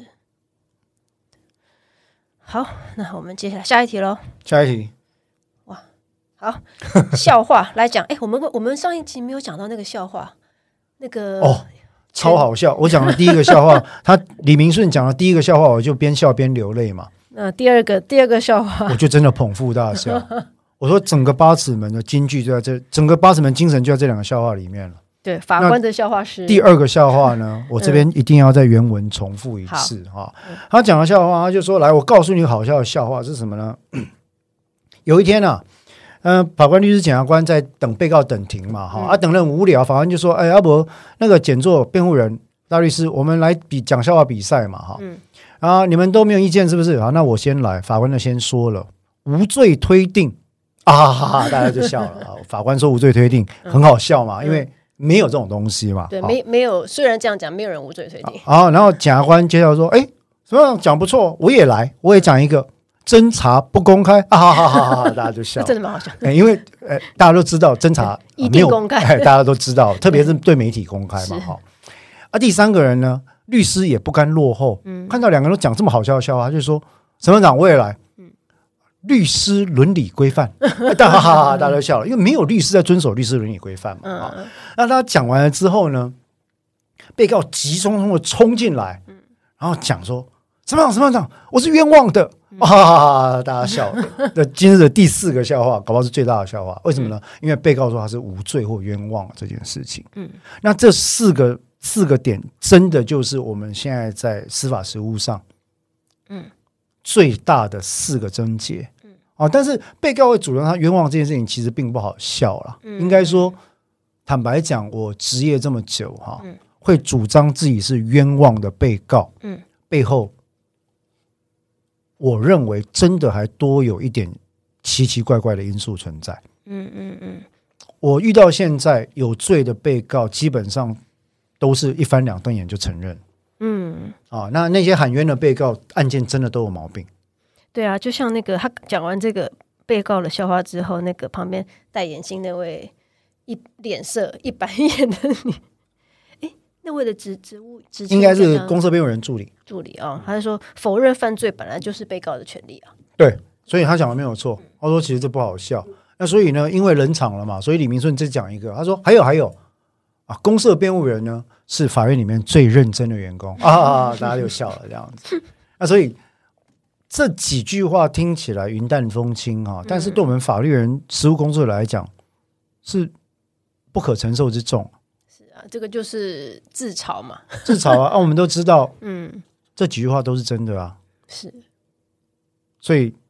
好，那我们接下来下一题咯。 下一题。 哇，好，笑话来讲。我们上一集没有讲到那个笑话，那个超好笑。我讲的第一个笑话，李明顺讲的第一个笑话，我就边笑边流泪嘛。 第二个笑话， 我就真的捧腹大笑。我说整个八尺门的金句就在这，整个八尺门精神就在这两个笑话里面了。 对，法官的笑话是第二个笑话呢，我这边一定要在原文重复一次哈。他讲的笑话，他就说：“来，我告诉你好笑的笑话是什么呢？有一天啊，法官、律师、检察官在等被告等庭嘛，等得很无聊，法官就说：‘哎，要不那个检座、辩护人、大律师，我们来讲笑话比赛嘛，哈。’啊，你们都没有意见是不是？好，那我先来。法官就先说了，无罪推定。”大家就笑了。法官说无罪推定很好笑嘛，因为没有这种东西嘛。 对，没有。虽然这样讲，没有人无罪推定。 然后检察官接着说：“什么样讲不错，我也来，我也讲一个侦查不公开。”大家就笑了。 真的蛮好笑。 因为大家都知道侦查一定公开， 大家都知道，特别是对媒体公开嘛。第三个人呢，律师也不甘落后，看到两个人都讲这么好笑的笑话，他就说：“审判长，我也来。”律师伦理规范，大家都笑了，因为没有律师在遵守律师伦理规范嘛。那他讲完了之后呢，被告急匆匆的冲进来，然后讲说：“审判长，我是冤枉的。”大家笑了。那今日的第四个笑话，搞不好是最大的笑话。为什么呢？因为被告说他是无罪或冤枉这件事情。那这四个点，真的就是我们现在在司法实务上，最大的4个症结。但是被告会主张他冤枉这件事情其实并不好笑啦。应该说坦白讲，我职业这么久会主张自己是冤枉的被告，背后我认为真的还多有一点奇奇怪怪的因素存在。我遇到现在有罪的被告基本上都是一翻两瞪眼就承认。那些喊冤的被告案件真的都有毛病。 对啊，就像那个他讲完这个被告的笑话之后，那个旁边戴眼镜那位脸色一板一眼的那位的职务应该是公设辩护人助理他就说否认犯罪本来就是被告的权利啊。 对，所以他讲的没有错。他说其实这不好笑。那所以呢，因为冷场了嘛，所以李明顺再讲一个，他说还有公设辩护人呢是法院里面最认真的员工大家就笑了这样子。那所以这几句话听起来云淡风轻但是对我们法律人实务工作者来讲是不可承受之重。 是啊，这个就是自嘲嘛。 自嘲我们都知道这几句话都是真的啊。 是， 所以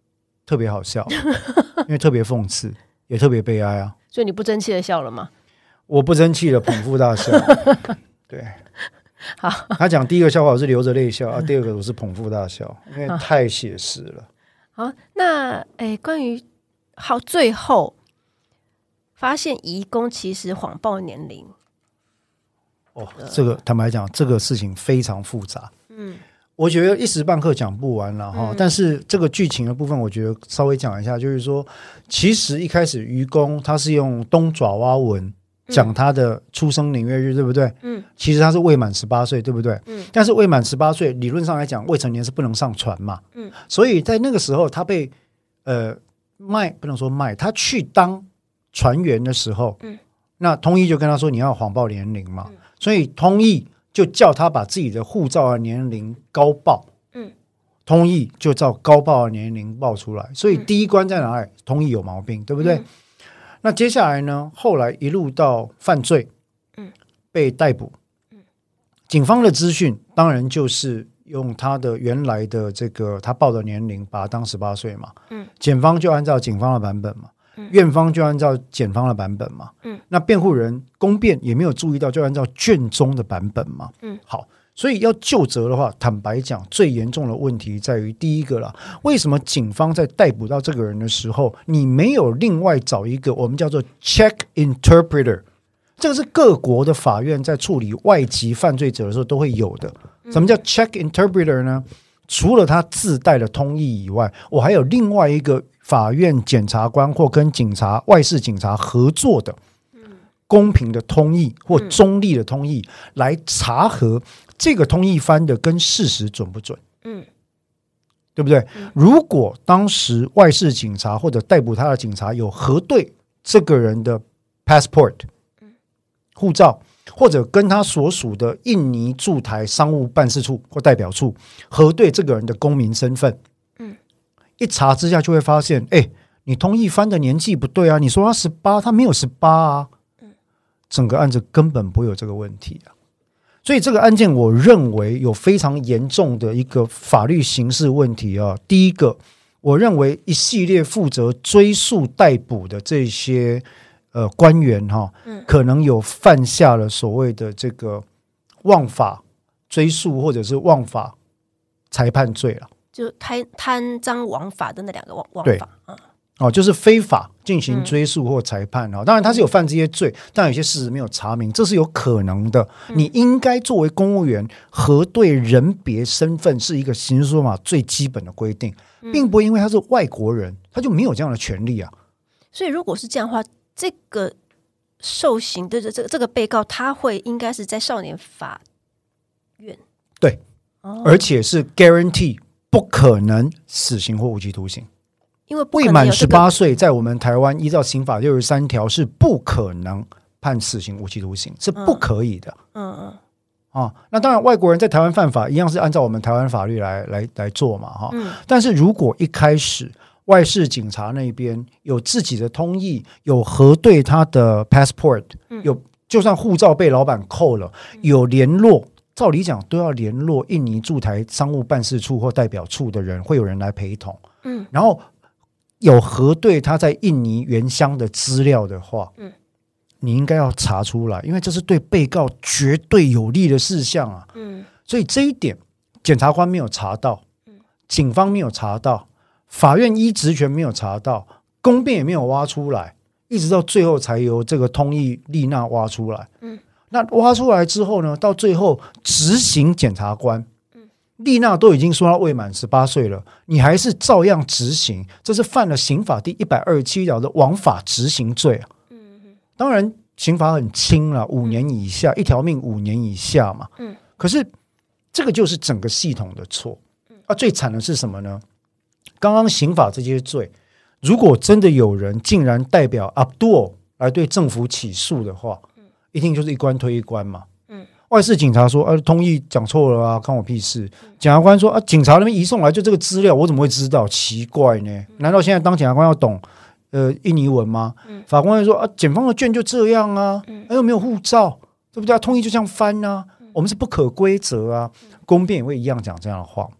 特别好笑，因为特别讽刺，也特别悲哀啊。 所以你不争气的笑了吗？ 我不争气的捧腹大笑。对， 好， 他讲第一个笑话我是流着泪笑啊，第二个我是捧腹大笑，因为太写实了。 好，那关于最后发现移工其实谎报年龄。 这个坦白讲，这个事情非常复杂。我觉得一时半刻讲不完了哈。但是这个剧情的部分，我觉得稍微讲一下，就是说，其实一开始渔工他是用东爪哇文讲他的出生年月日，对不对？其实他是未满18岁，对不对？但是未满18岁，理论上来讲，未成年是不能上船嘛。所以在那个时候，他被不能说卖，他去当船员的时候，那通译就跟他说你要谎报年龄嘛。所以通译就叫他把自己的护照的年龄高报，通译就照高报的年龄报出来。所以第一关在哪里？通译有毛病，对不对？那接下来呢？后来一路到犯罪，被逮捕，警方的资讯当然就是用他的原来的这个他报的年龄把他当18岁嘛，检方就按照警方的版本嘛。院方就按照检方的版本嘛，那辩护人公辩也没有注意到，就按照卷宗的版本嘛。好，所以要究责的话，坦白讲，最严重的问题在于第一个啦，为什么警方在逮捕到这个人的时候，你没有另外找一个我们叫做 check interpreter？ 这个是各国的法院在处理外籍犯罪者的时候都会有的。什么叫 check interpreter 呢？除了他自带的通译以外，我还有另外一个法院检察官或跟警察外事警察合作的公平的通译或中立的通译，来查核这个通译翻的跟事实准不准，对不对？如果当时外事警察或者逮捕他的警察有核对这个人的 passport 护照，或者跟他所属的印尼驻台商务办事处或代表处核对这个人的公民身份，一查之下就会发现，你通译翻的年纪不对啊，你说他18，他没有18啊，整个案子根本不会有这个问题啊。所以这个案件我认为有非常严重的一个法律刑事问题啊。第一个，我认为一系列负责追诉逮捕的这些官员可能有犯下了所谓的这个枉法追诉或者是枉法裁判罪了。 就贪赃枉法的那两个枉法，就是非法进行追诉或裁判。当然他是有犯这些罪，但有些事实没有查明，这是有可能的。你应该作为公务员核对人别身份是一个刑事诉讼法最基本的规定，并不会因为他是外国人他就没有这样的权利啊。 所以如果是这样的话，这个受刑的这个被告他会应该是在少年法院， 对，而且是 guarantee不可能死刑或无期徒刑， 因为未满18岁在我们台湾依照刑法63条是不可能判死刑无期徒刑，是不可以的。那当然外国人在台湾犯法一样是按照我们台湾法律来做嘛。但是如果一开始外事警察那边有自己的通译，有核对他的 passport，就算护照被老板扣了，有联络，照理讲都要联络印尼驻台商务办事处或代表处的人，会有人来陪同。然后有核对他在印尼原乡的资料的话，你应该要查出来，因为这是对被告绝对有利的事项啊。所以这一点检察官没有查到，警方没有查到，法院依职权没有查到，公辩也没有挖出来，一直到最后才由这个通译丽娜挖出来。那挖出来之后呢，到最后执行检察官丽娜都已经说她未满18岁了，你还是照样执行，这是犯了刑法第127条的枉法执行罪啊。当然刑罚很轻了，5年以下，一条命5年以下嘛。可是这个就是整个系统的错最惨的是什么呢？刚刚刑法这些罪，如果真的有人竟然代表 Abdul 来对政府起诉的话，一定就是一关推一关嘛。外事警察说通译讲错了啊，关我屁事。检察官说警察那边移送来就这个资料，我怎么会知道？奇怪呢，难道现在当检察官要懂印尼文吗？法官会说检方的卷就这样啊，又没有护照，对不对？通译就这样翻啊，我们是不可规则啊。公辩也会一样讲这样的话。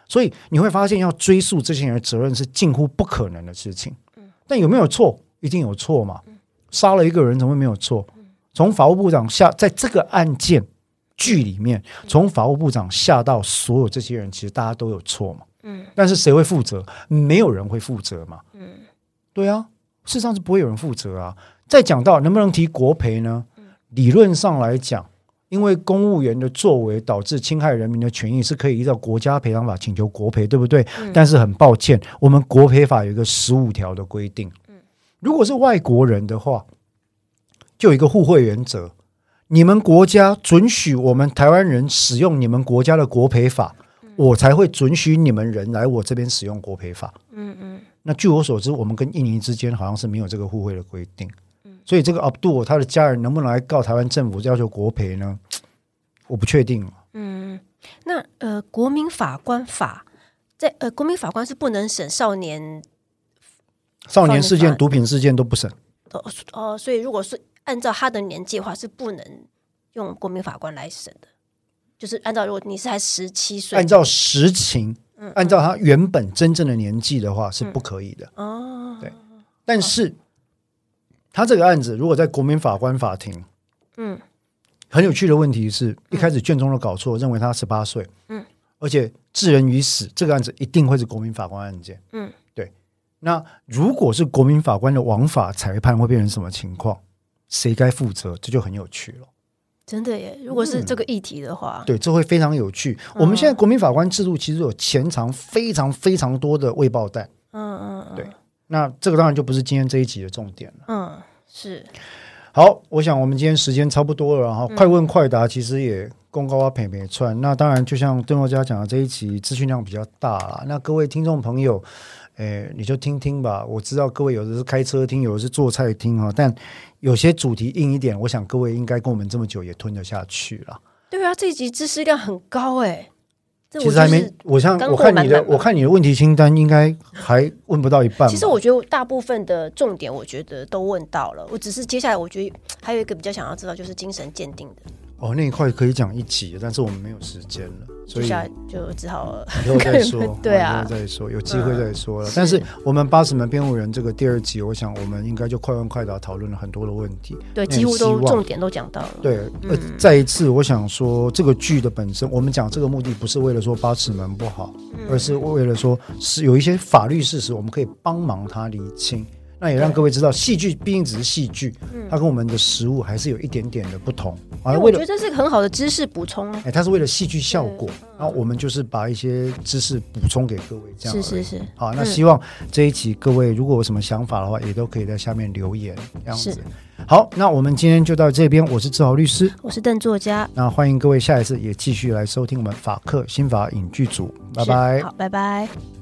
所以你会发现要追溯这些人的责任是近乎不可能的事情。但有没有错？一定有错嘛。杀了一个人怎么会没有错？从法务部长下，在这个案件剧里面，从法务部长下到所有这些人，其实大家都有错嘛。但是谁会负责？没有人会负责嘛。对啊，事实上是不会有人负责啊。再讲到能不能提国赔呢？理论上来讲，因为公务员的作为导致侵害人民的权益，是可以依照国家赔偿法请求国赔，对不对？但是很抱歉，我们国赔法有一个15条的规定，如果是外国人的话，就有一个互惠原则，你们国家准许我们台湾人使用你们国家的国赔法，我才会准许你们人来我这边使用国赔法。那据我所知，我们跟印尼之间好像是没有这个互惠的规定。所以这个 Abdul 他的家人能不能来告台湾政府要求国赔呢？我不确定。 那国民法官法在国民法官是不能审少年事件、毒品事件都不审。 所以如果是按照他的年纪的话，是不能用国民法官来审的。就是按照如果你是还17岁， 按照实情，按照他原本真正的年纪的话是不可以的。对，但是。他这个案子如果在国民法官法庭，很有趣的问题是，一开始卷宗都搞错，认为他18岁，而且致人于死，这个案子一定会是国民法官案件，对。那如果是国民法官的枉法裁判，会变成什么情况？谁该负责？这就很有趣了。 真的耶！如果是这个议题的话， 对，这会非常有趣。我们现在国民法官制度其实有潜藏非常非常多的未爆弹，对。那这个当然就不是今天这一集的重点了。 是。 好，我想我们今天时间差不多了，然后快问快答其实也公告啊陪陪串。那当然就像邓若家讲的，这一集资讯量比较大啦，那各位听众朋友你就听听吧。我知道各位有的是开车听，有的是做菜听，但有些主题硬一点，我想各位应该跟我们这么久也吞得下去啦。 对啊，这一集知识量很高其实还没，我看你的问题清单应该还问不到一半。 其实我觉得大部分的重点我觉得都问到了，我只是接下来我觉得还有一个比较想要知道，就是精神鉴定的。 那一块可以讲一集，但是我们没有时间了，所以就只好以后再说。 对啊， 以后再说，有机会再说了。但是我们80门辩护人这个第2集，我想我们应该就快问快答讨论了很多的问题， 对，几乎都重点都讲到了。 对，再一次我想说，这个剧的本身，我们讲这个目的不是为了说八尺门不好，而是为了说是有一些法律事实，我们可以帮忙他厘清。那也让各位知道，戏剧毕竟只是戏剧，它跟我们的实务还是有一点点的不同。 我觉得这是个很好的知识补充。 它是为了戏剧效果，然后我们就是把一些知识补充给各位，这样。 是。 好，那希望这一期各位如果有什么想法的话，也都可以在下面留言，这样子。好，那我们今天就到这边。我是志豪律师， 我是邓作家。 那欢迎各位下一次也继续来收听我们法客心法影剧组。拜拜。 好，拜拜。